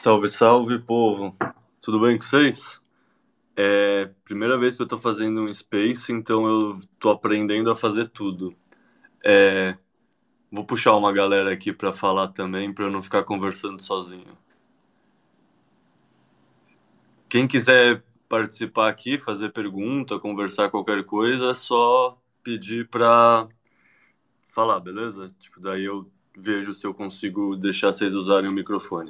Salve, salve, povo! Tudo bem com vocês? Primeira vez que eu tô fazendo um Space, então eu tô aprendendo a fazer tudo. É, Vou puxar uma galera aqui pra falar também, pra eu não ficar conversando sozinho. Quem quiser participar aqui, fazer pergunta, conversar qualquer coisa, é só pedir pra falar, beleza? Tipo, daí eu vejo se eu consigo deixar vocês usarem o microfone.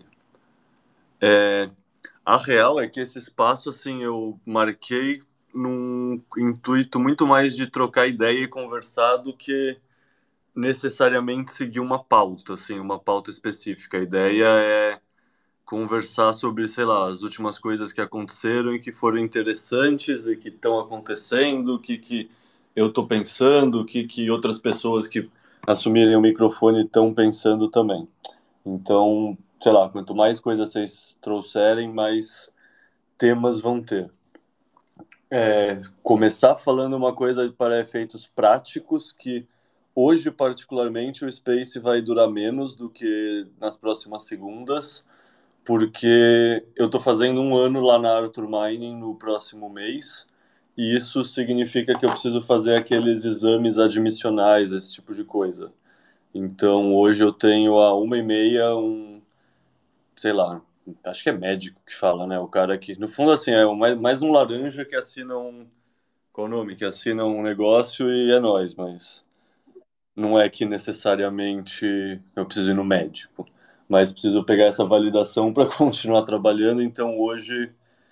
A real é que esse espaço, assim, eu marquei num intuito muito mais de trocar ideia e conversar do que necessariamente seguir uma pauta, assim, uma pauta específica. A ideia é conversar sobre, sei lá, as últimas coisas que aconteceram e que foram interessantes e que estão acontecendo, o que eu estou pensando, o que outras pessoas que assumirem o microfone estão pensando também. Então, sei lá, quanto mais coisas vocês trouxerem, mais temas vão ter. Começar falando uma coisa para efeitos práticos, que hoje, particularmente, o Space vai durar menos do que nas próximas segundas, porque eu estou fazendo um ano lá na Arthur Mining no próximo mês, e isso significa que eu preciso fazer aqueles exames admissionais, esse tipo de coisa. Então, hoje eu tenho a 1h30 sei lá, acho que é médico que fala, né? O cara que, no fundo, assim, mais um laranja que assina qual o nome? Que assina um negócio e é nóis, mas não é que necessariamente eu preciso ir no médico, mas preciso pegar essa validação para continuar trabalhando, então hoje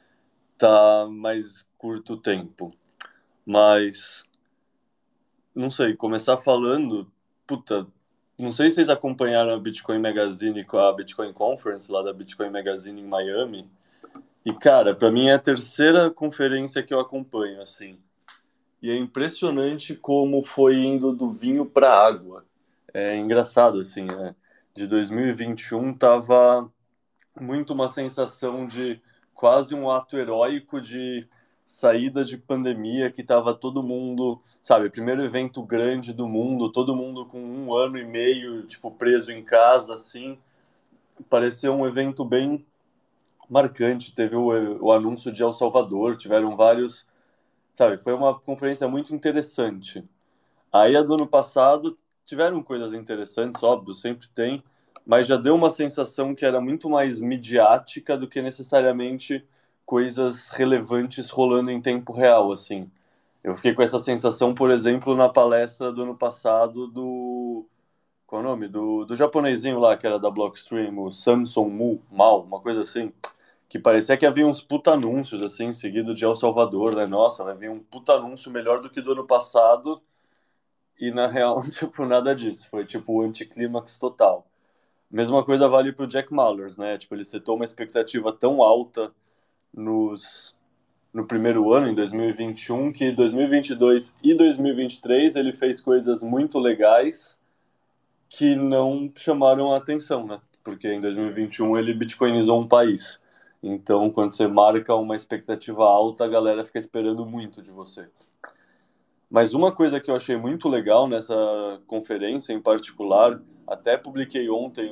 tá mais curto tempo. Mas, não sei, começar falando, puta, não sei se vocês acompanharam a Bitcoin Magazine com a Bitcoin Conference lá da Bitcoin Magazine em Miami. E, cara, pra mim é a terceira conferência que eu acompanho, assim. E é impressionante como foi indo do vinho pra água. É engraçado, assim, né? De 2021 tava muito uma sensação de quase um ato heróico de saída de pandemia, que tava todo mundo, sabe, primeiro evento grande do mundo, todo mundo com 1 ano e meio, tipo, preso em casa, assim. Pareceu um evento bem marcante. Teve o anúncio de El Salvador, tiveram vários, sabe, foi uma conferência muito interessante. Aí a do ano passado tiveram coisas interessantes, óbvio, sempre tem, mas já deu uma sensação que era muito mais midiática do que necessariamente coisas relevantes rolando em tempo real, assim. Eu fiquei com essa sensação, por exemplo, na palestra do ano passado do... Qual é o nome? Do japonesinho lá, que era da Blockstream, o Samson Mao, uma coisa assim, que parecia que havia uns puta anúncios, assim, seguido de El Salvador, né? Nossa, vai vir um puta anúncio melhor do que do ano passado, e na real, tipo, nada disso. Foi tipo o anticlímax total. Mesma coisa vale pro Jack Mallers, né? Tipo, ele setou uma expectativa tão alta nos no primeiro ano, em 2021, que 2022 e 2023 ele fez coisas muito legais que não chamaram a atenção, né? Porque em 2021 ele bitcoinizou um país. Então, quando você marca uma expectativa alta, a galera fica esperando muito de você. Mas uma coisa que eu achei muito legal nessa conferência em particular, até publiquei ontem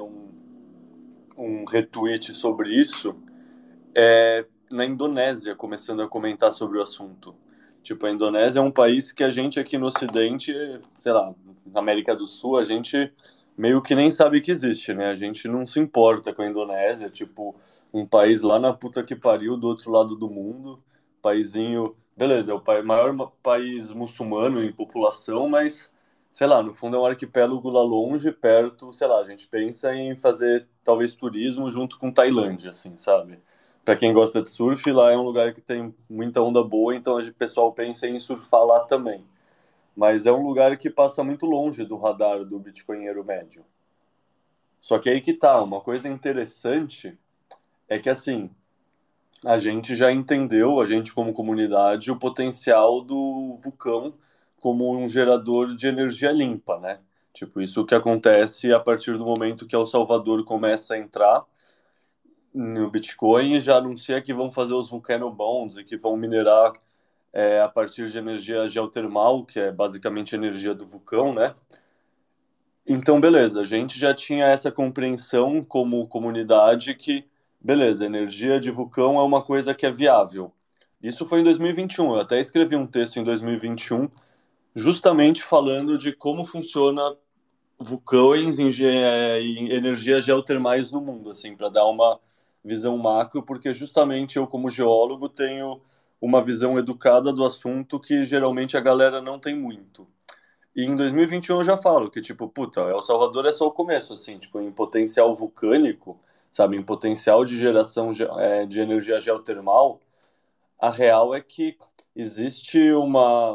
um retweet sobre isso, é na Indonésia, começando a comentar sobre o assunto. Tipo, a Indonésia é um país que a gente aqui no Ocidente, sei lá, na América do Sul, a gente meio que nem sabe que existe, né? A gente não se importa com a Indonésia, tipo, um país lá na puta que pariu do outro lado do mundo, paizinho, beleza, é o maior país muçulmano em população, mas, sei lá, no fundo é um arquipélago lá longe, perto, sei lá, a gente pensa em fazer talvez turismo junto com Tailândia, assim, sabe? Para quem gosta de surf, lá é um lugar que tem muita onda boa, então o pessoal pensa em surfar lá também. Mas é um lugar que passa muito longe do radar do bitcoinheiro médio. Só que aí que tá, uma coisa interessante é que assim, a gente já entendeu, a gente como comunidade, o potencial do vulcão como um gerador de energia limpa, né? Tipo, isso que acontece a partir do momento que El Salvador começa a entrar no Bitcoin e já anuncia que vão fazer os Vulcanobonds e que vão minerar a partir de energia geotermal, que é basicamente a energia do vulcão, né? Então, beleza, a gente já tinha essa compreensão como comunidade que beleza, energia de vulcão é uma coisa que é viável. Isso foi em 2021. Eu até escrevi um texto em 2021, justamente falando de como funciona vulcões em energias geotermais no mundo, assim, para dar uma visão macro, porque justamente eu, como geólogo, tenho uma visão educada do assunto que geralmente a galera não tem muito. E em 2021 eu já falo que, tipo, puta, El Salvador é só o começo, assim, tipo, em potencial vulcânico, sabe, em potencial de geração de energia geotermal, a real é que existe uma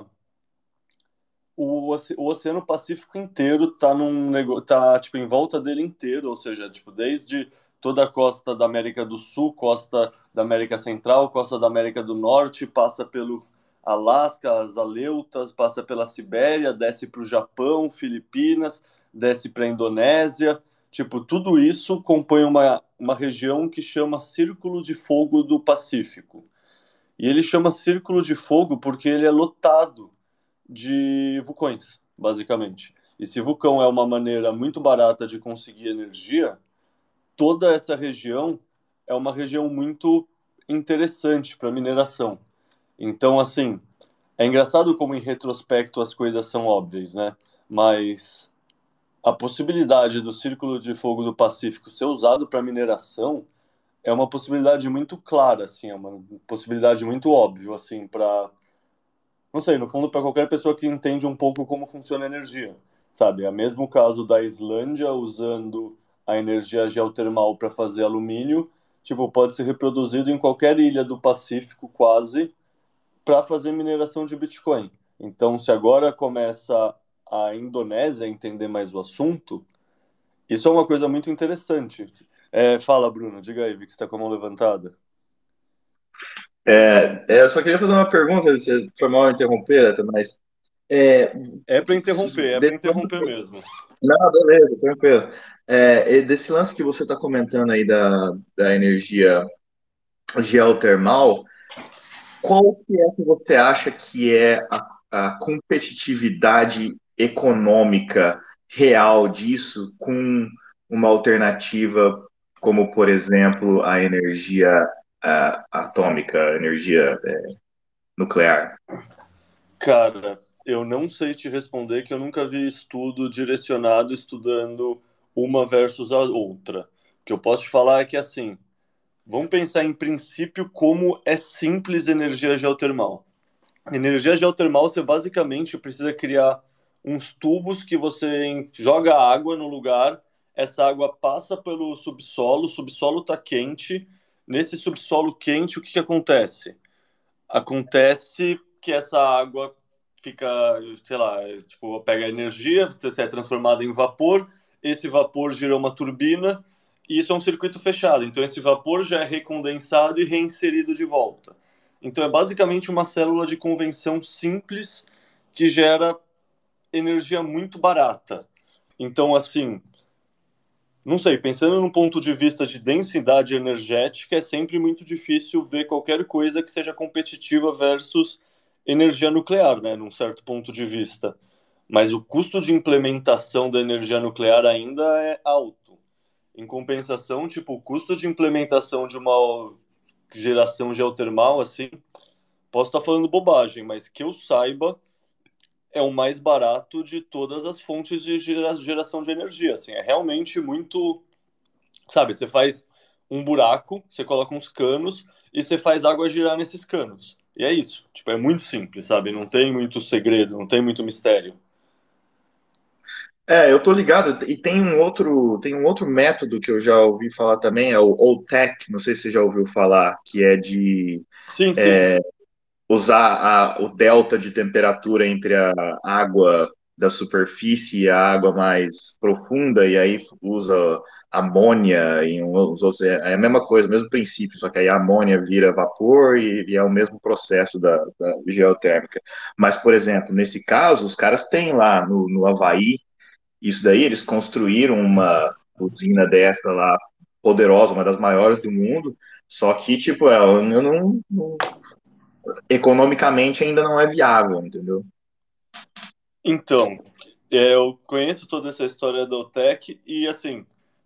o Oceano Pacífico inteiro tá tipo em volta dele inteiro, ou seja, tipo desde toda a costa da América do Sul, costa da América Central, costa da América do Norte, passa pelo Alasca, as Aleutas, passa pela Sibéria, desce para o Japão, Filipinas, desce para a Indonésia, tipo tudo isso compõe uma região que chama Círculo de Fogo do Pacífico. E ele chama Círculo de Fogo porque ele é lotado de vulcões, basicamente. E se vulcão é uma maneira muito barata de conseguir energia, toda essa região é uma região muito interessante para mineração. Então, assim, é engraçado como em retrospecto as coisas são óbvias, né? Mas a possibilidade do Círculo de Fogo do Pacífico ser usado para mineração é uma possibilidade muito clara, assim, é uma possibilidade muito óbvia, assim, para não sei, no fundo, para qualquer pessoa que entende um pouco como funciona a energia, sabe? É o mesmo caso da Islândia usando a energia geotermal para fazer alumínio, tipo, pode ser reproduzido em qualquer ilha do Pacífico, quase, para fazer mineração de Bitcoin. Então, se agora começa a Indonésia a entender mais o assunto, isso é uma coisa muito interessante. Fala, Bruno, diga aí, vi que você está com a mão levantada. Eu só queria fazer uma pergunta, se foi mal interromper, até, mas é, É para desse interromper mesmo. não, beleza, tranquilo. E desse lance que você está comentando aí da energia geotermal, qual que é que você acha que é a competitividade econômica real disso com uma alternativa como, por exemplo, a energia atômica, a energia nuclear? Cara, eu não sei te responder que eu nunca vi estudo direcionado estudando uma versus a outra. O que eu posso te falar é que, assim, vamos pensar em princípio como é simples energia geotermal. Energia geotermal, você basicamente precisa criar uns tubos que você joga água no lugar, essa água passa pelo subsolo, o subsolo está quente. Nesse subsolo quente, o que que acontece? Acontece que essa água fica, sei lá, tipo, pega energia, você é transformada em vapor, esse vapor gira uma turbina, e isso é um circuito fechado. Então, esse vapor já é recondensado e reinserido de volta. Então, é basicamente uma célula de convenção simples que gera energia muito barata. Então, assim, não sei, pensando num ponto de vista de densidade energética, é sempre muito difícil ver qualquer coisa que seja competitiva versus energia nuclear, né, num certo ponto de vista. Mas o custo de implementação da energia nuclear ainda é alto. Em compensação, tipo, o custo de implementação de uma geração geotermal, assim, posso estar falando bobagem, mas que eu saiba, é o mais barato de todas as fontes de geração de energia, assim, é realmente muito. Sabe, você faz um buraco, você coloca uns canos e você faz água girar nesses canos. E é isso. Tipo, é muito simples, sabe? Não tem muito segredo, não tem muito mistério. Eu tô ligado, e tem um outro método que eu já ouvi falar também, é o OTEC, não sei se você já ouviu falar, que é de Sim, sim. usar o delta de temperatura entre a água da superfície e a água mais profunda, e aí usa amônia e uns outros, é a mesma coisa, o mesmo princípio, só que aí a amônia vira vapor e é o mesmo processo da geotérmica. Mas, por exemplo, nesse caso, os caras têm lá no Havaí, isso daí, eles construíram uma usina dessa lá, poderosa, uma das maiores do mundo, só que, tipo, eu economicamente ainda não é viável, entendeu? Então, eu conheço toda essa história da OTEC e, assim,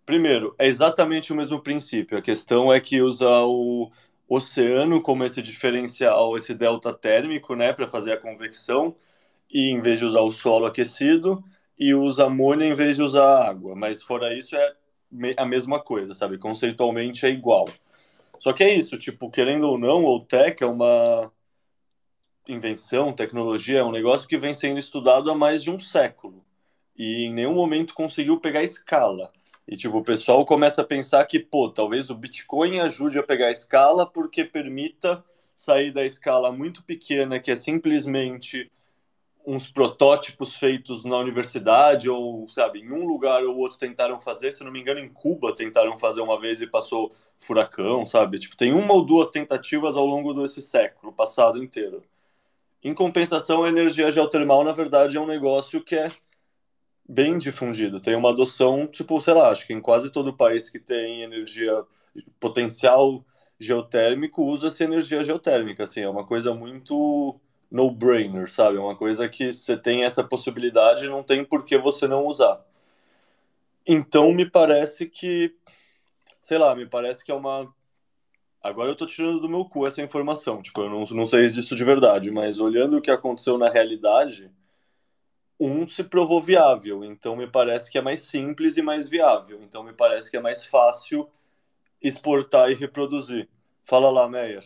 Primeiro, é exatamente o mesmo princípio. A questão é que usa o oceano como esse diferencial, esse delta térmico, né, para fazer a convecção, e em vez de usar o solo aquecido, e usa amônia em vez de usar água. Mas fora isso, é a mesma coisa, sabe? Conceitualmente é igual. Só que é isso, tipo, querendo ou não, o tech é uma invenção, tecnologia, é um negócio que vem sendo estudado há mais de um século e em nenhum momento conseguiu pegar escala. E tipo, o pessoal começa a pensar que, pô, talvez o Bitcoin ajude a pegar escala porque permita sair da escala muito pequena, que é simplesmente uns protótipos feitos na universidade ou, sabe, em um lugar ou outro tentaram fazer, se não me engano, em Cuba tentaram fazer uma vez e passou furacão, sabe? Tipo, tem uma ou duas tentativas ao longo desse século passado inteiro. Em compensação, a energia geotermal, na verdade, é um negócio que é bem difundido. Tem uma adoção, tipo, sei lá, acho que em quase todo país que tem energia, potencial geotérmico, usa-se energia geotérmica, assim, é uma coisa muito no-brainer, sabe? É uma coisa que você tem essa possibilidade e não tem por que você não usar. Então, me parece que, sei lá, me parece que é uma. Agora eu tô tirando do meu cu essa informação, tipo, eu não sei disso de verdade, mas olhando o que aconteceu na realidade, se provou viável, então me parece que é mais simples e mais viável, então me parece que é mais fácil exportar e reproduzir. Fala lá, Meyer.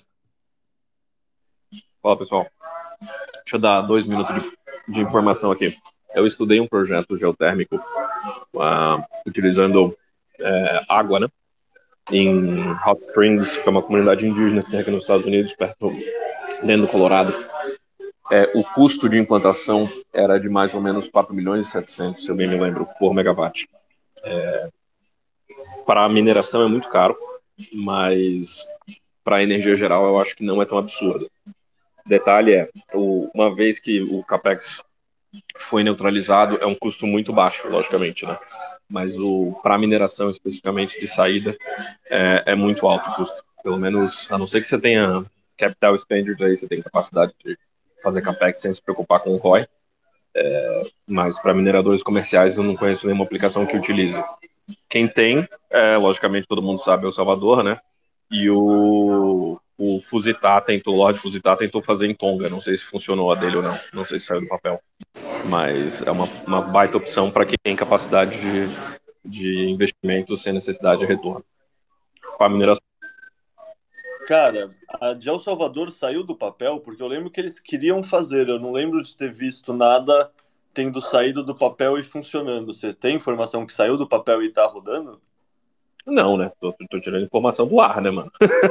Fala, pessoal. Deixa eu dar 2 minutos de informação aqui. Eu estudei um projeto geotérmico utilizando água, né? Em Hot Springs, que é uma comunidade indígena que tem aqui nos Estados Unidos, perto, dentro do Colorado. O custo de implantação era de mais ou menos 4 milhões e 700, se eu bem me lembro, por megawatt. Para a mineração é muito caro, mas para a energia geral eu acho que não é tão absurdo. Detalhe uma vez que o CAPEX foi neutralizado, é um custo muito baixo, logicamente, né? Mas para a mineração especificamente de saída é muito alto o custo. Pelo menos, a não ser que você tenha capital expenditure, aí você tem capacidade de fazer CAPEX sem se preocupar com o ROI. Mas para mineradores comerciais eu não conheço nenhuma aplicação que utilize. Quem tem, logicamente todo mundo sabe, é o Salvador, né? E o Fusitá tentou, o Lord Fusitá tentou fazer em Tonga. Não sei se funcionou a dele ou não. Não sei se saiu do papel. Mas é uma baita opção para quem tem capacidade de investimento sem necessidade de retorno. Para a mineração. Cara, a de El Salvador saiu do papel porque eu lembro que eles queriam fazer, eu não lembro de ter visto nada tendo saído do papel e funcionando. Você tem informação que saiu do papel e tá rodando? Não, né? Tô tirando informação do ar, né, mano?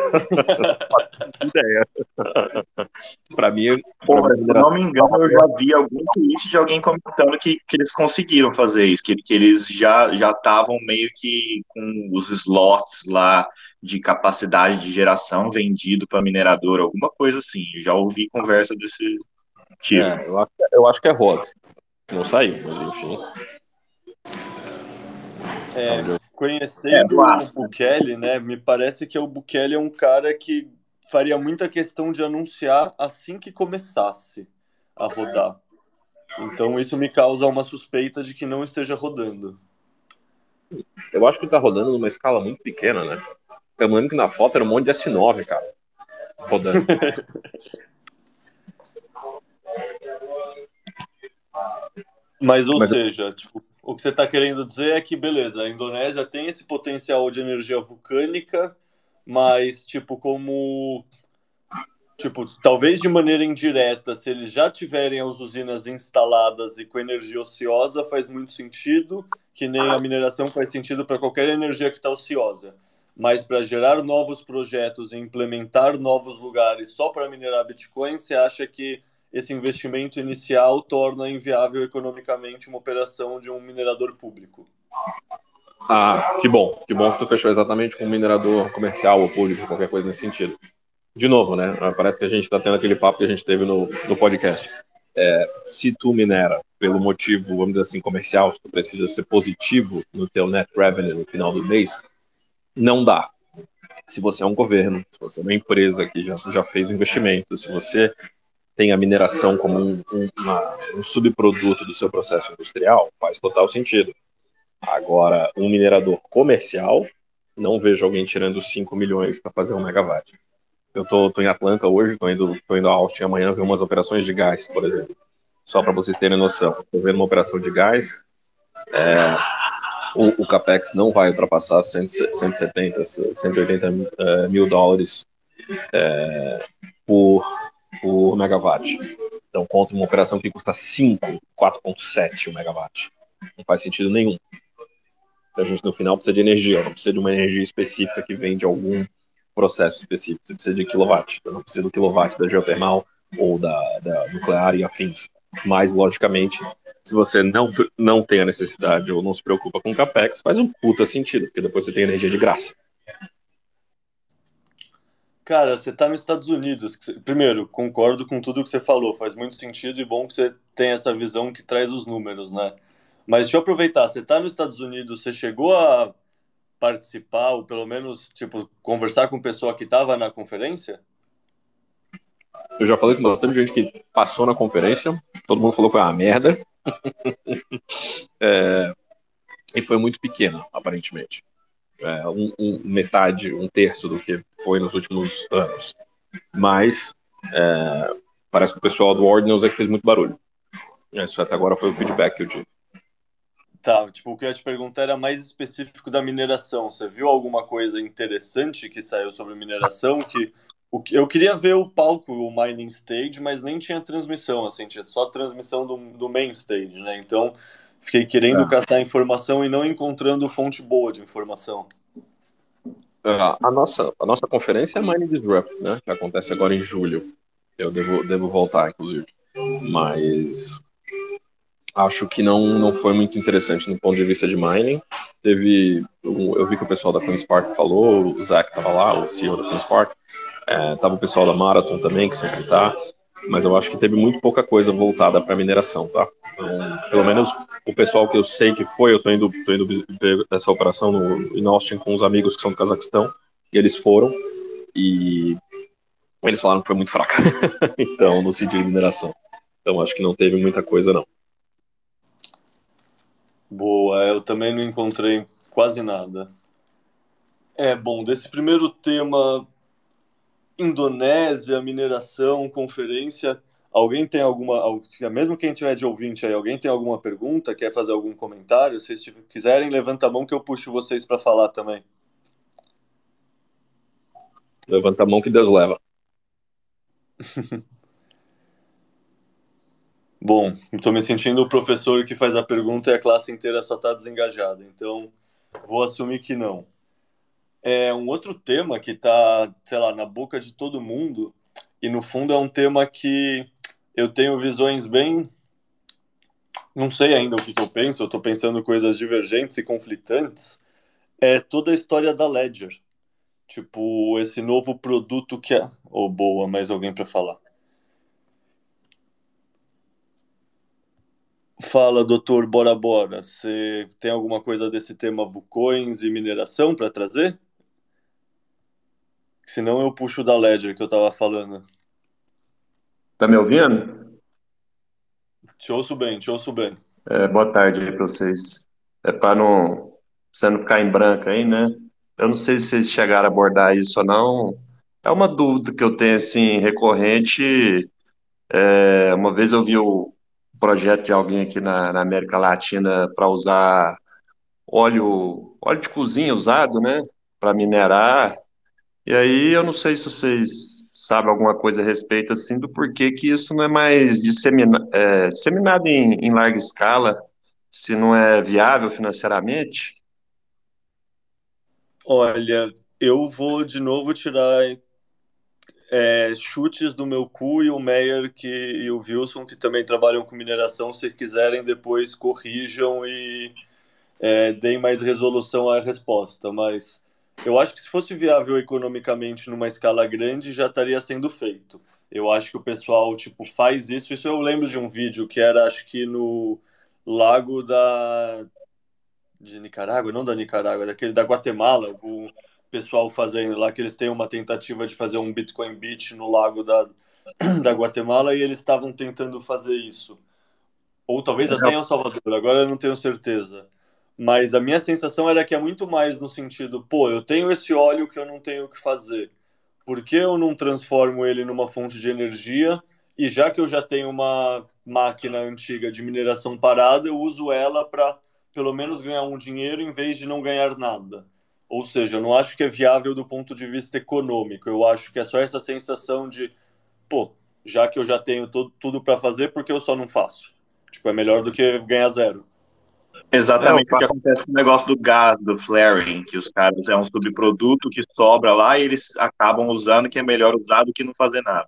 Ideia. Para mim, Pô, para mas, se eu mineração. não me engano, eu já vi algum tweet de alguém comentando que eles conseguiram fazer isso, que eles já estavam meio que com os slots lá de capacidade de geração vendido para minerador, alguma coisa assim. Eu já ouvi conversa desse tipo. Eu acho que é Rhodes. Não saiu, mas enfim. Conhecendo Eu o acho, né? Bukele, né, me parece que o Bukele é um cara que faria muita questão de anunciar assim que começasse a rodar. Então isso me causa uma suspeita de que não esteja rodando. Eu acho que tá rodando numa escala muito pequena, né? Eu lembro que na foto era um monte de S9, cara, rodando. Mas, ou Mas seja, tipo, o que você está querendo dizer é que, beleza, a Indonésia tem esse potencial de energia vulcânica, mas, tipo, talvez de maneira indireta, se eles já tiverem as usinas instaladas e com energia ociosa, faz muito sentido, que nem a mineração faz sentido para qualquer energia que está ociosa. Mas para gerar novos projetos e implementar novos lugares só para minerar Bitcoin, você acha que esse investimento inicial torna inviável economicamente uma operação de um minerador público? que bom. Que bom que tu fechou exatamente com um minerador comercial ou público, qualquer coisa nesse sentido. De novo, né? Parece que a gente está tendo aquele papo que a gente teve no podcast. Se tu minera pelo motivo, vamos dizer assim, comercial, se tu precisa ser positivo no teu net revenue no final do mês, não dá. Se você é um governo, se você é uma empresa que já fez o investimento, se você tem a mineração como um subproduto do seu processo industrial, faz total sentido. Agora, um minerador comercial, não vejo alguém tirando 5 milhões para fazer 1 megawatt. Eu tô em Atlanta hoje, tô indo a Austin amanhã ver umas operações de gás, por exemplo. Só para vocês terem noção. Estou vendo uma operação de gás, o CAPEX não vai ultrapassar 170, 180 mil dólares por, por megawatt. Então, contra uma operação que custa 5, 4,7 o megawatt. Não faz sentido nenhum. A gente, no final, precisa de energia, não precisa de uma energia específica que vem de algum processo específico. Você precisa de quilowatt. Então, não precisa do quilowatt da geotermal ou da nuclear e afins. Mas, logicamente, se você não tem a necessidade ou não se preocupa com o CAPEX, faz um puta sentido, porque depois você tem energia de graça. Cara, você tá nos Estados Unidos. Primeiro, concordo com tudo que você falou. Faz muito sentido e bom que você tem essa visão que traz os números, né? Mas deixa eu aproveitar. Você tá nos Estados Unidos, você chegou a participar, ou pelo menos, tipo, conversar com o pessoal que estava na conferência? Eu já falei com bastante gente que passou na conferência, todo mundo falou que foi uma merda, e foi muito pequena, aparentemente. Metade, um terço do que foi nos últimos anos. Mas parece que o pessoal do Ordinals é que fez muito barulho. Isso até agora foi o feedback que eu tive. Tá, tipo, o que eu ia te perguntar era mais específico da mineração. Você viu alguma coisa interessante que saiu sobre mineração? Eu queria ver o palco, o mining stage, mas nem tinha transmissão, assim, tinha só transmissão do main stage, né? Então, fiquei querendo caçar informação e não encontrando fonte boa de informação. A nossa conferência é a Mining Disrupt, né? Que acontece agora em julho. Eu devo voltar, inclusive. Mas acho que não foi muito interessante no ponto de vista de mining. Eu vi que o pessoal da CleanSpark falou, o Zach estava lá, o CEO da CleanSpark, tava o pessoal da Marathon também, que sempre está, mas eu acho que teve muito pouca coisa voltada para mineração, tá? Então, pelo menos o pessoal que eu sei que foi, eu tô indo ver essa operação em Austin com os amigos que são do Cazaquistão, e eles foram, e eles falaram que foi muito fraca, então, no sentido de mineração. Então, acho que não teve muita coisa, não. Boa, eu também não encontrei quase nada. Bom, desse primeiro tema, Indonésia, mineração, conferência, alguém tem mesmo quem tiver de ouvinte aí, alguém tem alguma pergunta, quer fazer algum comentário? Se vocês quiserem, levanta a mão que eu puxo vocês para falar também. Levanta a mão que Deus leva. Bom, estou me sentindo o professor que faz a pergunta e a classe inteira só está desengajada, então vou assumir que não. Um outro tema que está, sei lá, na boca de todo mundo, e no fundo é um tema que eu tenho visões bem. Não sei ainda o que eu penso, eu estou pensando coisas divergentes e conflitantes. É toda a história da Ledger. Tipo, esse novo produto que é. Oh, boa, mais alguém para falar. Fala, doutor Bora Bora. Você tem alguma coisa desse tema Vucoins e mineração para trazer? Senão eu puxo da Ledger que eu estava falando. Tá me ouvindo? Te ouço bem, te ouço bem. Boa tarde aí para vocês. Para não você não ficar em branco aí, né? Eu não sei se vocês chegaram a abordar isso ou não. É uma dúvida que eu tenho assim recorrente. Uma vez eu vi o projeto de alguém aqui na América Latina para usar óleo de cozinha usado, né? Para minerar. E aí eu não sei se vocês sabem alguma coisa a respeito assim do porquê que isso não é mais disseminado em larga escala, se não é viável financeiramente. Olha, eu vou de novo tirar chutes do meu cu e o Meyer e o Wilson, que também trabalham com mineração, se quiserem depois corrijam e deem mais resolução à resposta. Mas eu acho que se fosse viável economicamente numa escala grande, já estaria sendo feito. Eu acho que o pessoal tipo faz isso. Isso eu lembro de um vídeo que era, acho que no lago de Nicarágua, não da Nicarágua, daquele da Guatemala, o pessoal fazendo lá que eles têm uma tentativa de fazer um Bitcoin Beach no lago da Guatemala e eles estavam tentando fazer isso. Ou talvez até em El Salvador, agora eu não tenho certeza. Mas a minha sensação era que é muito mais no sentido, pô, eu tenho esse óleo que eu não tenho o que fazer. Por que eu não transformo ele numa fonte de energia? E já que eu já tenho uma máquina antiga de mineração parada, eu uso ela para pelo menos ganhar um dinheiro em vez de não ganhar nada. Ou seja, eu não acho que é viável do ponto de vista econômico. Eu acho que é só essa sensação de, pô, já que eu já tenho tudo para fazer, por que eu só não faço? Tipo, é melhor do que ganhar zero. É, eu Exatamente o que acontece com o negócio do gás, do flaring, que os caras é um subproduto que sobra lá e eles acabam usando, que é melhor usar do que não fazer nada.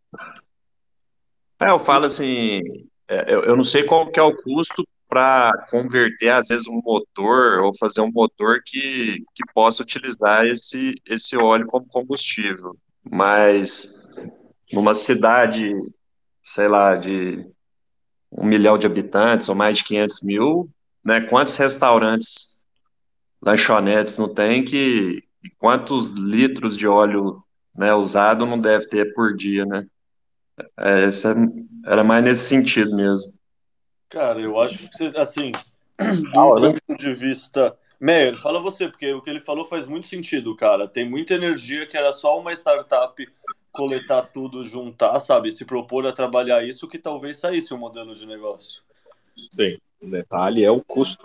Eu falo assim, eu não sei qual que é o custo para converter, às vezes, um motor ou fazer um motor que possa utilizar esse óleo como combustível. Mas numa cidade, sei lá, de 1 milhão de habitantes ou mais de 500 mil, né, quantos restaurantes, lanchonetes não tem e quantos litros de óleo, né, usado não deve ter por dia, né? Essa era mais nesse sentido mesmo. Cara, eu acho que, assim, de um Fala, né? ponto de vista. Meyer, fala você, porque o que ele falou faz muito sentido, cara. Tem muita energia que era só uma startup coletar tudo, juntar, sabe? Se propor a trabalhar isso, que talvez saísse um modelo de negócio. Sim, o detalhe é o custo.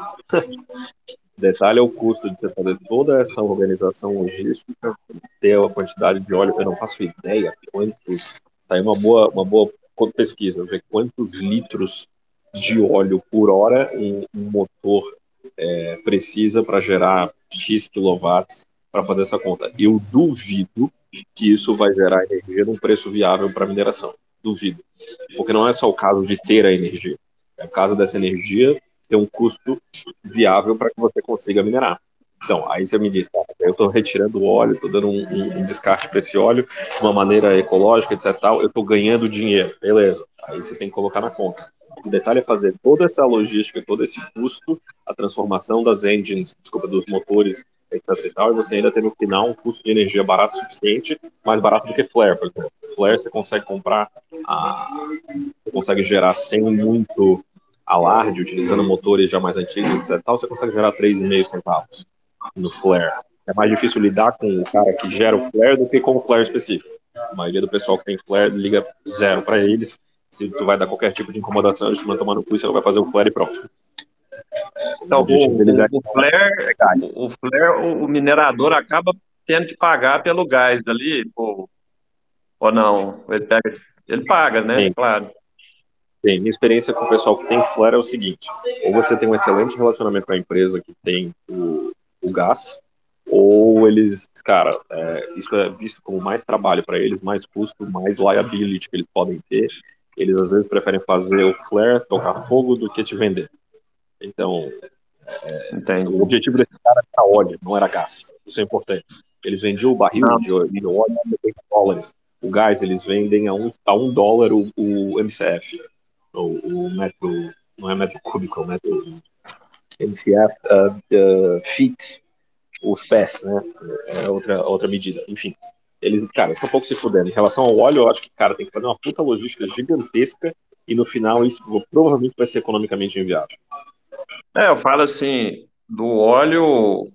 O detalhe é o custo de você fazer toda essa organização logística, ter a quantidade de óleo. Eu não faço ideia quantos. Tá aí uma boa pesquisa, ver quantos litros de óleo por hora um motor precisa para gerar X quilowatts para fazer essa conta. Eu duvido que isso vai gerar energia num preço viável para mineração. Duvido. Porque não é só o caso de ter a energia, é o caso dessa energia ter um custo viável para que você consiga minerar. Então, aí você me diz, tá, eu estou retirando o óleo, estou dando um descarte para esse óleo de uma maneira ecológica, etc. Tal, eu estou ganhando dinheiro, beleza. Aí você tem que colocar na conta. O detalhe é fazer toda essa logística, todo esse custo, a transformação das engines, desculpa, dos motores, etc. e tal, e você ainda tem no final um custo de energia barato o suficiente, mais barato do que flare, por exemplo. Flare você consegue comprar, você consegue gerar sem muito alarde, utilizando motores já mais antigos, etc. Tal, você consegue gerar 3,5 centavos no flare. É mais difícil lidar com o cara que gera o flare do que com o flare específico. A maioria do pessoal que tem flare liga zero para eles. Se tu vai dar qualquer tipo de incomodação, eles te mandam tomar no cu, você vai fazer o flare e pronto. O Então, objetivo deles é o flare, pegar. o minerador acaba tendo que pagar pelo gás ali, pô, ou não? Ele paga, né? Bem, Claro. bem, minha experiência com o pessoal que tem flare é o seguinte: ou você tem um excelente relacionamento com a empresa que tem o gás, ou eles, cara, isso é visto como mais trabalho para eles, mais custo, mais liability que eles podem ter. Eles às vezes preferem fazer o flare, tocar fogo, do que te vender. Então, o Entendi. objetivo desse cara era óleo, não era gás. Isso é importante. Eles vendiam o barril Não, de óleo a $70. O gás eles vendem a um dólar o MCF, o metro, não é metro cúbico, é o metro MCF feet, os pés, né? É outra medida. Enfim, eles, cara, estão um pouco se fudendo. Em relação ao óleo, eu acho que, cara, tem que fazer uma puta logística gigantesca e no final isso provavelmente vai ser economicamente inviável. eu falo assim, do óleo,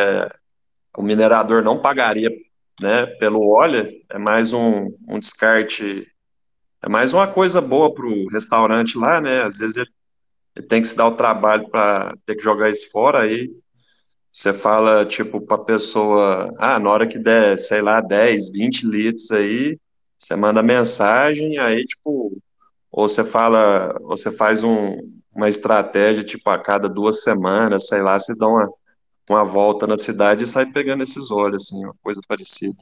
o minerador não pagaria, né, pelo óleo, é mais um descarte, é mais uma coisa boa para o restaurante lá, né? Às vezes ele tem que se dar o trabalho para ter que jogar isso fora, aí você fala, tipo, para a pessoa, na hora que der, sei lá, 10, 20 litros aí, você manda mensagem, aí, tipo, ou você fala, ou você faz uma estratégia, tipo, a cada 2 semanas, sei lá, você dá uma volta na cidade e sai pegando esses óleos, assim, uma coisa parecida.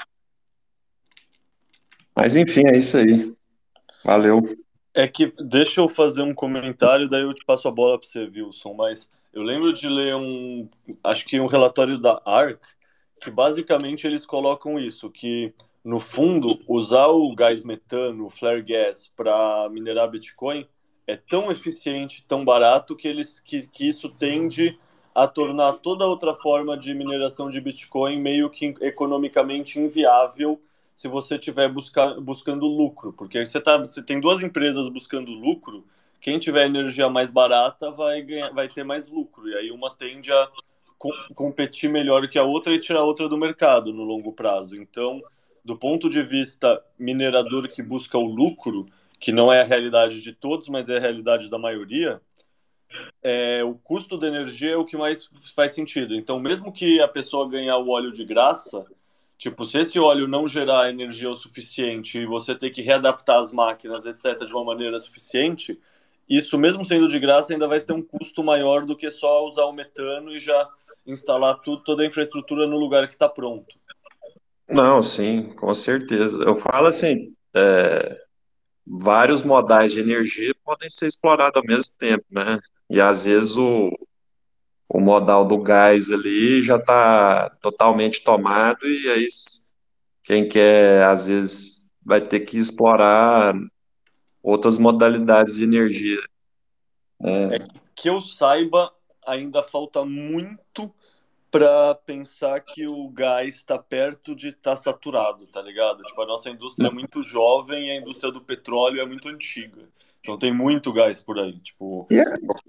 Mas enfim, é isso aí. Valeu. É que deixa eu fazer um comentário, daí eu te passo a bola para você, Wilson. Mas eu lembro de ler acho que um relatório da ARC, que basicamente eles colocam isso, que no fundo usar o gás metano, o flare gas, para minerar Bitcoin é tão eficiente, tão barato que isso tende a tornar toda outra forma de mineração de Bitcoin meio que economicamente inviável se você estiver buscando lucro, porque você tem duas empresas buscando lucro quem tiver energia mais barata vai ter mais lucro, e aí uma tende a competir melhor que a outra e tirar a outra do mercado no longo prazo. Então, do ponto de vista minerador que busca o lucro, que não é a realidade de todos, mas é a realidade da maioria, o custo da energia é o que mais faz sentido. Então, mesmo que a pessoa ganhar o óleo de graça, tipo, se esse óleo não gerar energia o suficiente e você ter que readaptar as máquinas, etc., de uma maneira suficiente, isso, mesmo sendo de graça, ainda vai ter um custo maior do que só usar o metano e já instalar toda a infraestrutura no lugar que está pronto. Não, sim, com certeza. Eu falo assim, vários modais de energia podem ser explorados ao mesmo tempo, né? E às vezes o modal do gás ali já está totalmente tomado e aí quem quer, às vezes, vai ter que explorar outras modalidades de energia. Que eu saiba, ainda falta muito para pensar que o gás está perto de estar saturado, tá ligado? Tipo, a nossa indústria é muito jovem e a indústria do petróleo é muito antiga. Então tem muito gás por aí, tipo... E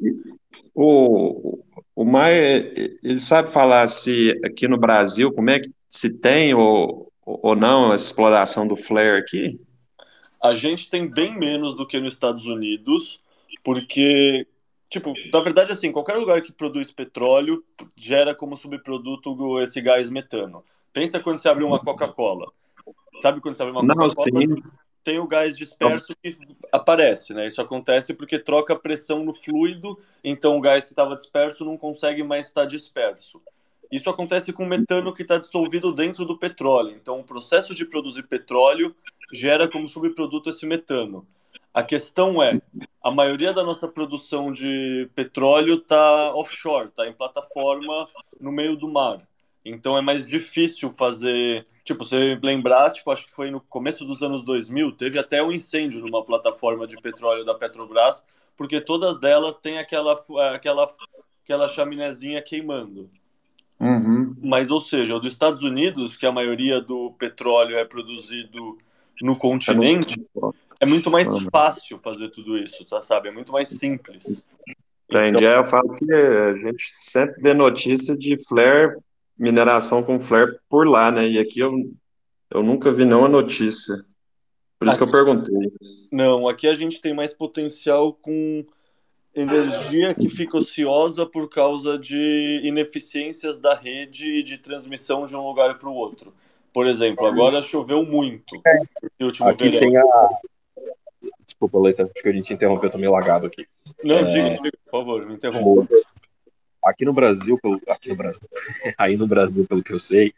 o Maia, ele sabe falar se aqui no Brasil, como é que se tem ou não a exploração do flare aqui? A gente tem bem menos do que nos Estados Unidos, porque, tipo, na verdade, assim, qualquer lugar que produz petróleo gera como subproduto esse gás metano. Pensa quando você abre uma Coca-Cola. Sabe quando você abre uma Não, Coca-Cola? sim. Tem o gás disperso que aparece, né? Isso acontece porque troca pressão no fluido, então o gás que estava disperso não consegue mais estar disperso. Isso acontece com o metano que está dissolvido dentro do petróleo. Então, o processo de produzir petróleo gera como subproduto esse metano. A questão é, a maioria da nossa produção de petróleo está offshore, está em plataforma no meio do mar. Então é mais difícil fazer. Tipo, você lembrar, tipo, acho que foi no começo dos anos 2000, teve até um incêndio numa plataforma de petróleo da Petrobras, porque todas delas têm aquela chaminézinha queimando. Uhum. Mas, ou seja, o dos Estados Unidos, que a maioria do petróleo é produzido no Eu não sei. continente, é muito mais fácil fazer tudo isso, tá, sabe? É muito mais simples. Então, Entendi. Eu falo que a gente sempre vê notícia de flare, mineração com flare por lá, né? E aqui eu nunca vi nenhuma notícia. Por isso que eu aqui, perguntei. não, aqui a gente tem mais potencial com energia que fica ociosa por causa de ineficiências da rede e de transmissão de um lugar para o outro. Por exemplo, agora choveu muito esse último Aqui verão. tem Desculpa, Leita, acho que a gente interrompeu, eu tô meio lagado aqui. Não, diga, por favor, me interrompa. Aqui no Brasil, aqui no Brasil, aí no Brasil, pelo que eu sei,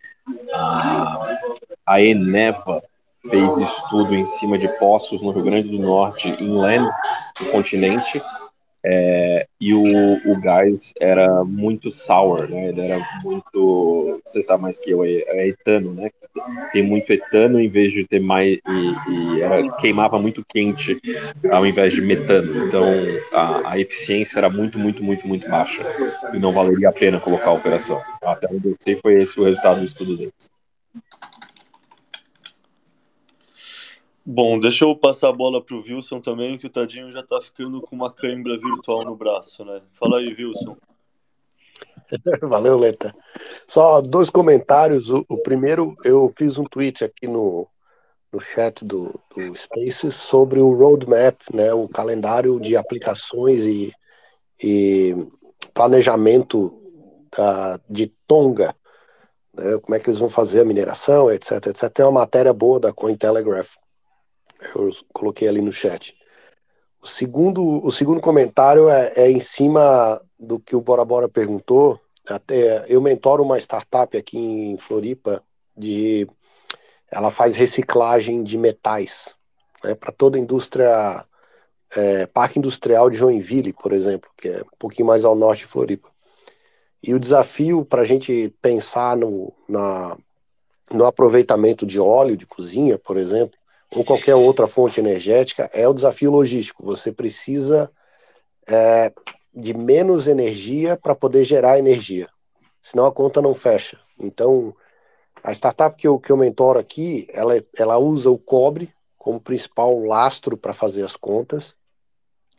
a Eneva fez estudo em cima de poços no Rio Grande do Norte, inland, no continente, e o gás era muito sour, né? Ele era muito, você sabe mais que eu, é etano, né? Tem muito etano em vez de ter mais queimava muito quente ao invés de metano. Então a eficiência era muito, muito, muito, muito baixa e não valeria a pena colocar a operação. Até onde eu sei foi esse o resultado do estudo deles. Bom, deixa eu passar a bola pro Wilson também, que o tadinho já tá ficando com uma cãibra virtual no braço, né? Fala aí, Wilson. Valeu, Leta. Só dois comentários. O primeiro, eu fiz um tweet aqui no chat do Spaces sobre o roadmap, né, o calendário de aplicações e planejamento de Tonga, né, como é que eles vão fazer a mineração, etc, etc. Tem uma matéria boa da Cointelegraph, eu coloquei ali no chat. O segundo comentário é em cima do que o Bora Bora perguntou. Até eu mentoro uma startup aqui em Floripa ela faz reciclagem de metais, né, para toda a indústria, Parque Industrial de Joinville, por exemplo, que é um pouquinho mais ao norte de Floripa. E o desafio para a gente pensar no aproveitamento de óleo de cozinha, por exemplo, ou qualquer outra fonte energética, é o desafio logístico. Você precisa de menos energia para poder gerar energia, senão a conta não fecha. Então, a startup que eu mentoro aqui, ela usa o cobre como principal lastro para fazer as contas,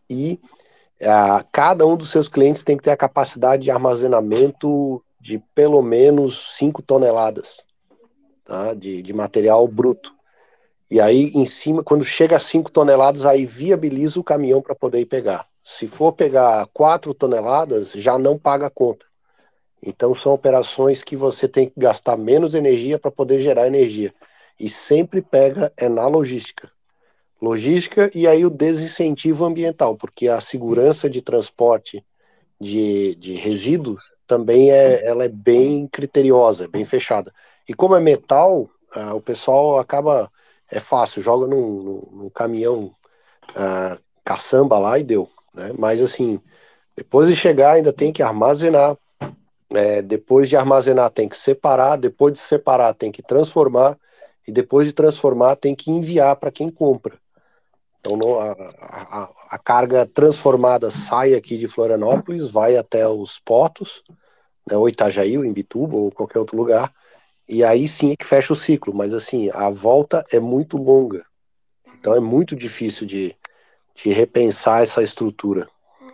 e cada um dos seus clientes tem que ter a capacidade de armazenamento de pelo menos 5 toneladas, tá? de material bruto. E aí, em cima, quando chega a 5 toneladas, aí viabiliza o caminhão para poder ir pegar. Se for pegar 4 toneladas, já não paga a conta. Então, são operações que você tem que gastar menos energia para poder gerar energia. E sempre pega na logística. Logística e aí o desincentivo ambiental, porque a segurança de transporte de resíduos também ela é bem criteriosa, bem fechada. E como é metal, o pessoal acaba, é fácil, joga num caminhão caçamba lá e deu. Né? Mas assim, depois de chegar ainda tem que armazenar, depois de armazenar tem que separar, depois de separar tem que transformar, e depois de transformar tem que enviar para quem compra. Então a carga transformada sai aqui de Florianópolis, vai até os portos, né, ou Itajaí, ou Imbituba, ou qualquer outro lugar, e aí sim é que fecha o ciclo, mas assim, a volta é muito longa, então é muito difícil de repensar essa estrutura.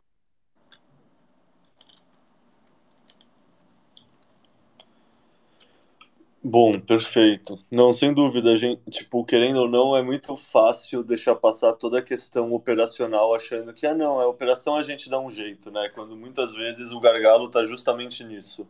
Bom, perfeito. Não, sem dúvida, a gente, tipo, querendo ou não, é muito fácil deixar passar toda a questão operacional achando que, não, a operação a gente dá um jeito, né? Quando muitas vezes o gargalo tá justamente nisso.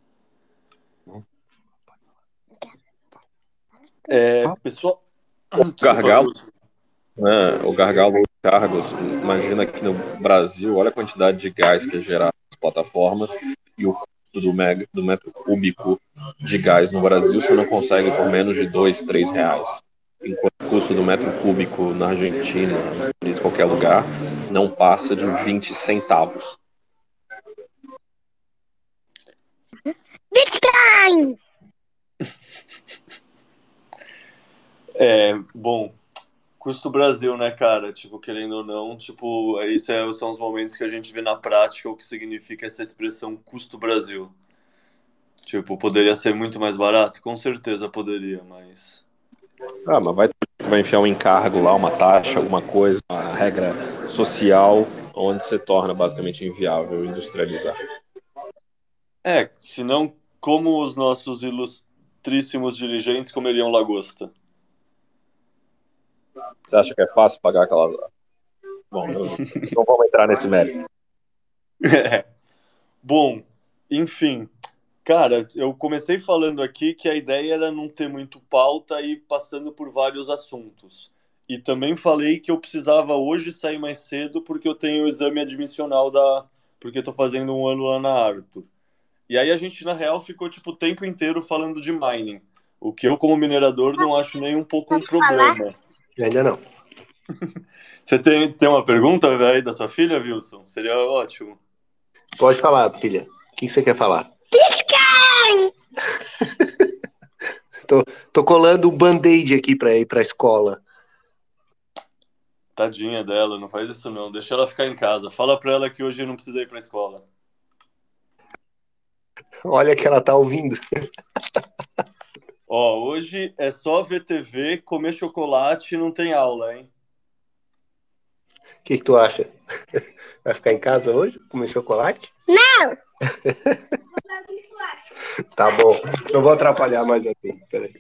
Pessoal. Desculpa, Gargalo, Wilson. né, o gargalo de cargos, imagina que no Brasil, olha a quantidade de gás que é gerado nas plataformas e o custo do metro cúbico de gás no Brasil você não consegue por menos de R$ 2, R$ 3. Enquanto o custo do metro cúbico na Argentina, nos Estados Unidos, qualquer lugar, não passa de 20 centavos. Bitcoin! Bom, custo Brasil, né, cara? Tipo, querendo ou não, tipo, são os momentos que a gente vê na prática o que significa essa expressão custo Brasil. Tipo, poderia ser muito mais barato? Com certeza poderia, mas... Mas vai enfiar um encargo lá, uma taxa, alguma coisa, uma regra social, onde se torna basicamente inviável industrializar. Senão, como os nossos ilustríssimos dirigentes comeriam lagosta? Você acha que é fácil pagar aquela... Bom, não vamos entrar nesse mérito. Bom, enfim... Cara, eu comecei falando aqui que a ideia era não ter muito pauta e ir passando por vários assuntos. E também falei que eu precisava hoje sair mais cedo porque eu tenho o exame admissional porque eu tô fazendo um ano lá na Arthur. E aí a gente, na real, ficou tipo o tempo inteiro falando de mining. O que eu, como minerador, não acho nem um pouco um problema. Ainda não. Você tem uma pergunta aí da sua filha, Wilson? Seria ótimo. Pode falar, filha. O que você quer falar? Bitcoin! Tô colando o band-aid aqui pra ir pra escola. Tadinha dela, não faz isso não. Deixa ela ficar em casa. Fala pra ela que hoje não precisa ir pra escola. Olha que ela tá ouvindo. Hoje é só ver TV, comer chocolate e não tem aula, hein? O que tu acha? Vai ficar em casa hoje? Comer chocolate? Não! Tá bom. Não vou atrapalhar mais aqui. Peraí.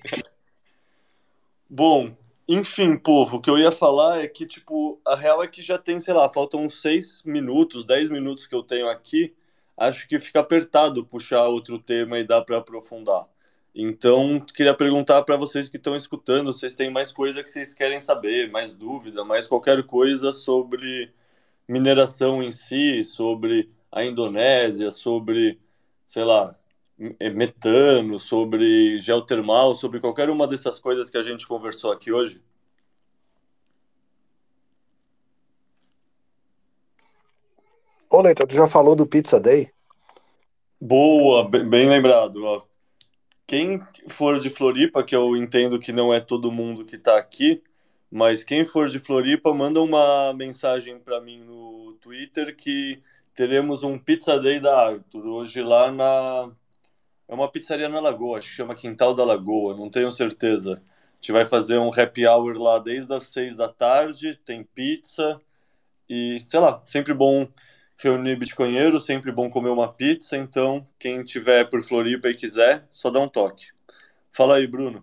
Bom, enfim, povo, o que eu ia falar é que, tipo, a real é que já tem, sei lá, faltam uns 6 minutos, 10 minutos que eu tenho aqui. Acho que fica apertado puxar outro tema e dá pra aprofundar. Então, queria perguntar para vocês que estão escutando, vocês têm mais coisa que vocês querem saber, mais dúvida, mais qualquer coisa sobre mineração em si, sobre a Indonésia, sobre, sei lá, metano, sobre geotermal, sobre qualquer uma dessas coisas que a gente conversou aqui hoje? Ô, Leita, tu já falou do Pizza Day? Boa, bem lembrado. Ó. Quem for de Floripa, que eu entendo que não é todo mundo que está aqui, mas quem for de Floripa, manda uma mensagem para mim no Twitter que teremos um Pizza Day da Arthur hoje lá na... É uma pizzaria na Lagoa, acho que chama Quintal da Lagoa, não tenho certeza. A gente vai fazer um happy hour lá desde as 6 da tarde, tem pizza E, sei lá, sempre bom reunir bitcoinheiros, sempre bom comer uma pizza. Então, quem tiver por Floripa e quiser, só dá um toque. Fala aí, Bruno.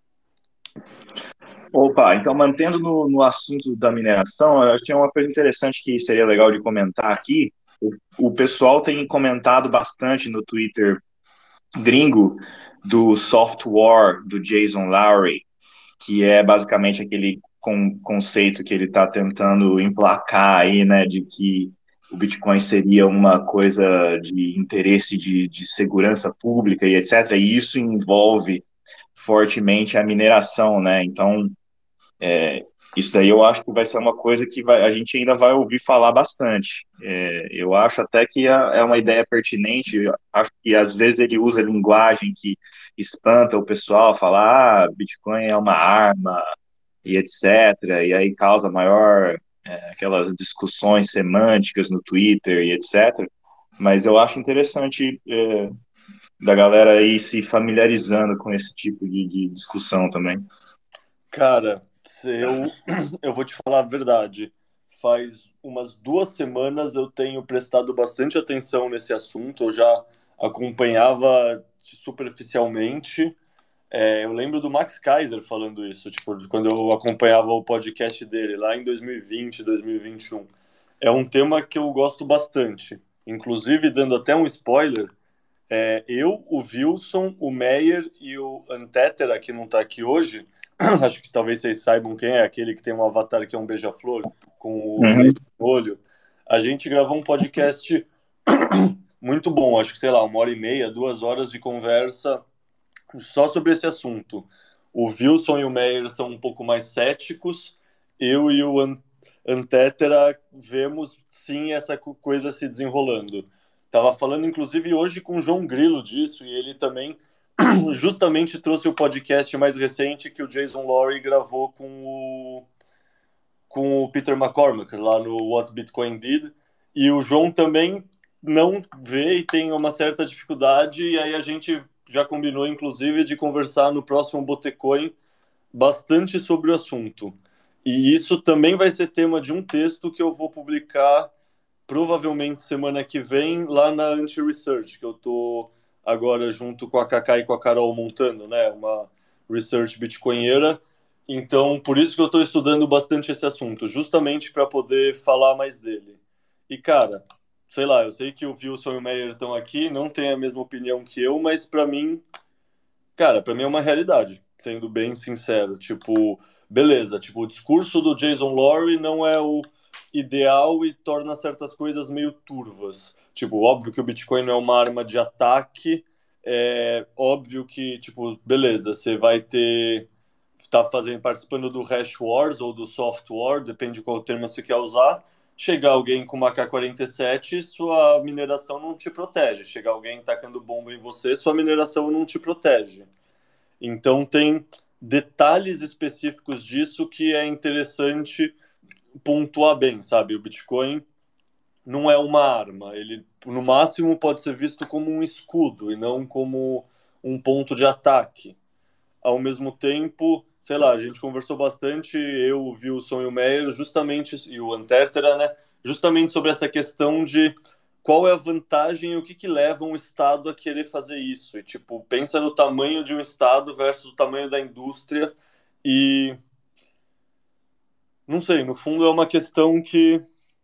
Opa, então mantendo no assunto da mineração, eu acho que é uma coisa interessante que seria legal de comentar aqui. O pessoal tem comentado bastante no Twitter gringo do soft war do Jason Lowry, que é basicamente aquele conceito que ele está tentando emplacar aí, né, de que o Bitcoin seria uma coisa de interesse de segurança pública e etc. E isso envolve fortemente a mineração, né? Então, isso daí eu acho que vai ser uma coisa que a gente ainda vai ouvir falar bastante. Eu acho até que é uma ideia pertinente. Eu acho que às vezes ele usa linguagem que espanta o pessoal, falar, Bitcoin é uma arma e etc. E aí causa maior aquelas discussões semânticas no Twitter e etc. Mas eu acho interessante da galera aí se familiarizando com esse tipo de discussão também. Cara, eu vou te falar a verdade. Faz umas 2 semanas eu tenho prestado bastante atenção nesse assunto. Eu já acompanhava superficialmente. Eu lembro do Max Kaiser falando isso, tipo, quando eu acompanhava o podcast dele lá em 2020, 2021. É um tema que eu gosto bastante. Inclusive, dando até um spoiler, eu, o Wilson, o Meyer e o Antetera, que não está aqui hoje, acho que talvez vocês saibam quem é, aquele que tem um avatar que é um beija-flor, com o leite no olho. A gente gravou um podcast muito bom, acho que, sei lá, 1h30, 2 horas de conversa só sobre esse assunto. O Wilson e o Meyer são um pouco mais céticos, eu e o Antetera vemos sim essa coisa se desenrolando. Tava falando inclusive hoje com o João Grilo disso, e ele também justamente trouxe o podcast mais recente que o Jason Lowry gravou com o Peter McCormack lá no What Bitcoin Did, e o João também não vê e tem uma certa dificuldade, e aí a gente já combinou inclusive de conversar no próximo Botecoin bastante sobre o assunto. E isso também vai ser tema de um texto que eu vou publicar provavelmente semana que vem lá na Anti-Research, que eu tô agora junto com a Kaká e com a Carol montando, né, uma research bitcoinheira. Então, por isso que eu estou estudando bastante esse assunto, justamente para poder falar mais dele. E, cara, sei lá, eu sei que o Wilson e o Meyer estão aqui, não têm a mesma opinião que eu, mas para mim, cara, para mim é uma realidade, sendo bem sincero. Tipo, beleza, tipo, o discurso do Jason Lowry não é o ideal e torna certas coisas meio turvas. Tipo, óbvio que o Bitcoin não é uma arma de ataque, é óbvio que, tipo, beleza, você vai ter tá fazendo, participando do Hash Wars ou do Soft War, depende de qual termo você quer usar. Chegar alguém com uma K-47, sua mineração não te protege. Chegar alguém tacando bomba em você, sua mineração não te protege. Então tem detalhes específicos disso que é interessante pontuar bem, sabe? O Bitcoin não é uma arma. Ele, no máximo, pode ser visto como um escudo e não como um ponto de ataque. Ao mesmo tempo, sei lá, a gente conversou bastante, eu, o Wilson e o Meyer, justamente, e o Antertera, né? Justamente sobre essa questão de qual é a vantagem e o que leva um Estado a querer fazer isso. E, tipo, pensa no tamanho de um Estado versus o tamanho da indústria e... Não sei, no fundo é uma questão que,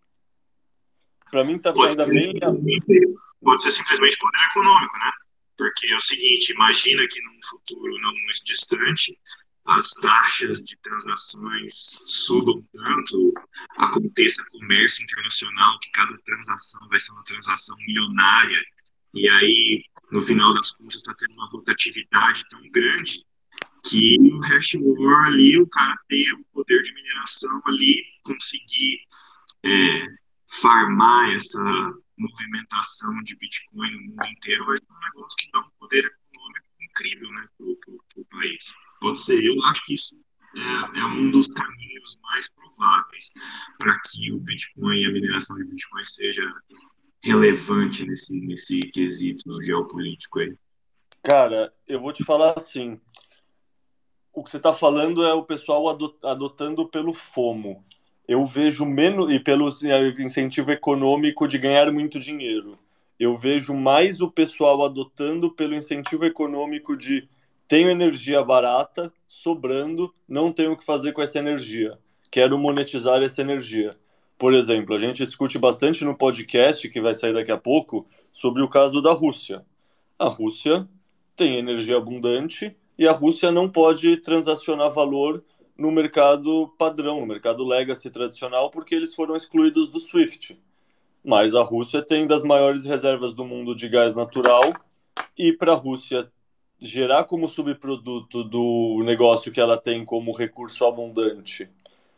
para mim, tá Pode ainda ser bem... simplesmente, pode ser simplesmente poder econômico, né? Porque é o seguinte, imagina que num futuro não muito distante, as taxas de transações subam tanto, aconteça comércio internacional, que cada transação vai ser uma transação milionária, e aí, no final das contas, está tendo uma rotatividade tão grande que o hash war ali, o cara ter o poder de mineração ali, conseguir é, farmar essa movimentação de Bitcoin no mundo inteiro vai ser um negócio que dá um poder econômico incrível, né, pro país. Pode ser, eu acho que isso é um dos caminhos mais prováveis para que o Bitcoin e a mineração de Bitcoin seja relevante nesse quesito geopolítico aí. Cara, eu vou te falar assim, o que você está falando é o pessoal adotando pelo FOMO. eu vejo menos, e pelo incentivo econômico de ganhar muito dinheiro, eu vejo mais o pessoal adotando pelo incentivo econômico de tenho energia barata, sobrando, não tenho o que fazer com essa energia, quero monetizar essa energia. Por exemplo, a gente discute bastante no podcast, que vai sair daqui a pouco, sobre o caso da Rússia. A Rússia tem energia abundante e a Rússia não pode transacionar valor no mercado padrão, no mercado legacy tradicional, porque eles foram excluídos do SWIFT. Mas a Rússia tem das maiores reservas do mundo de gás natural e para a Rússia gerar como subproduto do negócio que ela tem como recurso abundante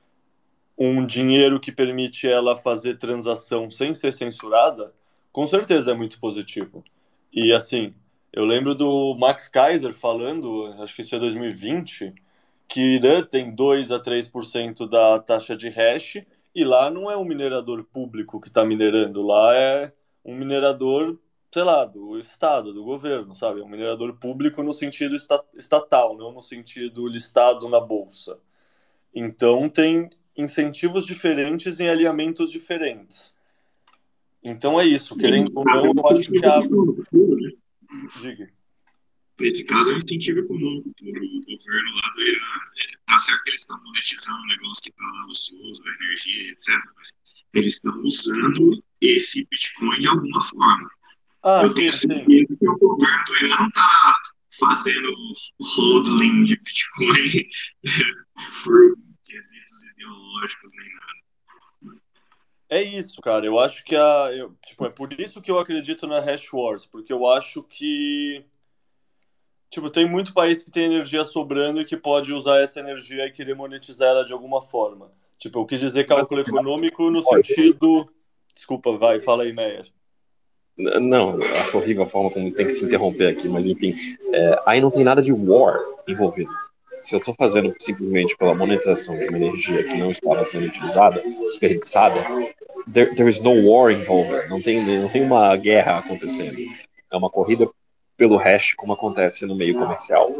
um dinheiro que permite ela fazer transação sem ser censurada, com certeza é muito positivo. E assim, eu lembro do Max Kaiser falando, acho que isso é 2020, que Irã tem 2 a 3% da taxa de hash, e lá não é um minerador público que está minerando, lá é um minerador, sei lá, do Estado, do governo, sabe? É um minerador público no sentido estatal, não no sentido listado na bolsa. Então tem incentivos diferentes em alinhamentos diferentes. Então é isso, querendo ou não, eu acho que a... Diga. Nesse caso, é um incentivo econômico para o governo lá do Irã. Tá certo que eles estão monetizando o negócio que está lá ocioso, a energia, etc. Mas eles estão usando esse Bitcoin de alguma forma. Eu tenho certeza que o governo do Irã não está fazendo hodling de Bitcoin por quesitos ideológicos nem nada. É isso, cara. Eu acho que tipo, é por isso que eu acredito na Hash Wars, porque eu acho que tipo, tem muito país que tem energia sobrando e que pode usar essa energia e querer monetizar ela de alguma forma. Tipo, eu quis dizer cálculo econômico no sentido... Desculpa, vai, fala aí, Meyer. Não, acho horrível a forma como tem que se interromper aqui, mas enfim, aí não tem nada de war envolvido. Se eu estou fazendo simplesmente pela monetização de uma energia que não estava sendo utilizada, desperdiçada, there is no war involved. Não tem uma guerra acontecendo. É uma corrida pelo hash, como acontece no meio comercial.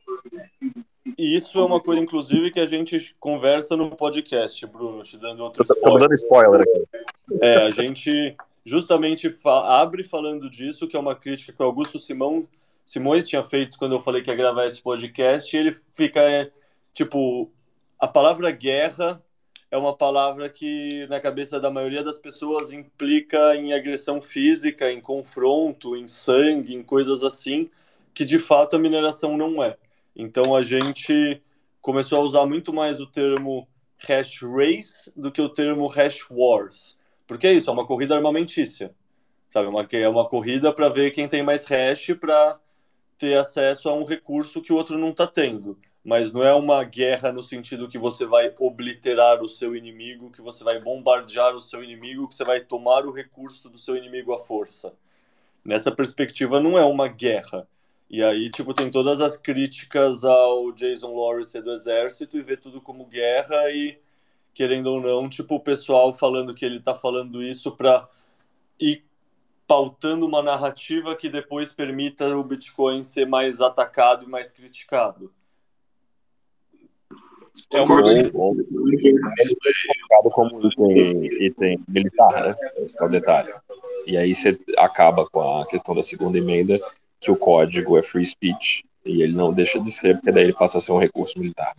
E isso é uma coisa, inclusive, que a gente conversa no podcast, Bruno, te dando outro spoiler. Estou dando spoiler aqui. A gente justamente abre falando disso, que é uma crítica que o Augusto Simões tinha feito quando eu falei que ia gravar esse podcast, e ele fica, tipo, a palavra guerra é uma palavra que, na cabeça da maioria das pessoas, implica em agressão física, em confronto, em sangue, em coisas assim, que de fato a mineração não é. Então a gente começou a usar muito mais o termo hash race do que o termo hash wars. Porque é isso, é uma corrida armamentícia. Sabe? É uma corrida para ver quem tem mais hash para ter acesso a um recurso que o outro não está tendo. Mas não é uma guerra no sentido que você vai obliterar o seu inimigo, que você vai bombardear o seu inimigo, que você vai tomar o recurso do seu inimigo à força. Nessa perspectiva, não é uma guerra. E aí, tipo, tem todas as críticas ao Jason Lawrence do Exército e vê tudo como guerra e, querendo ou não, tipo, o pessoal falando que ele tá falando isso para ir pautando uma narrativa que depois permita o Bitcoin ser mais atacado e mais criticado. É uma como item militar, né? Esse é o detalhe. E aí você acaba com a questão da segunda emenda, que o código é free speech, e ele não deixa de ser, porque daí ele passa a ser um recurso militar.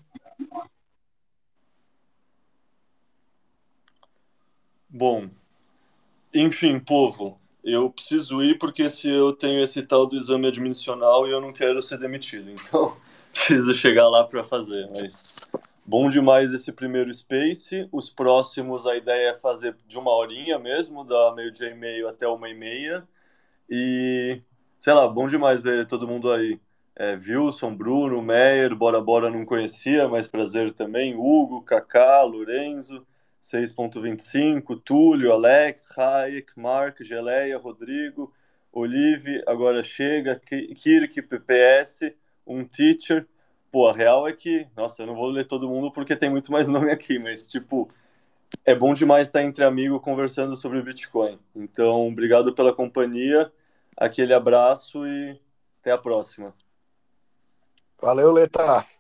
Bom, enfim, povo, eu preciso ir porque se eu tenho esse tal do exame admissional e eu não quero ser demitido, então preciso chegar lá para fazer, mas bom demais esse primeiro Space. Os próximos, a ideia é fazer de 1 horinha mesmo, da 12h30 até 1h30. E, sei lá, bom demais ver todo mundo aí. Wilson, Bruno, Meyer, Bora Bora não conhecia, mas prazer também. Hugo, Kaká, Lorenzo, 6.25, Túlio, Alex, Hayek, Mark, Geleia, Rodrigo, Olive, agora chega, Kirk, PPS, um teacher. Pô, a real é que, nossa, eu não vou ler todo mundo porque tem muito mais nome aqui, mas, tipo, é bom demais estar entre amigos conversando sobre Bitcoin. Então, obrigado pela companhia, aquele abraço e até a próxima. Valeu, Leta.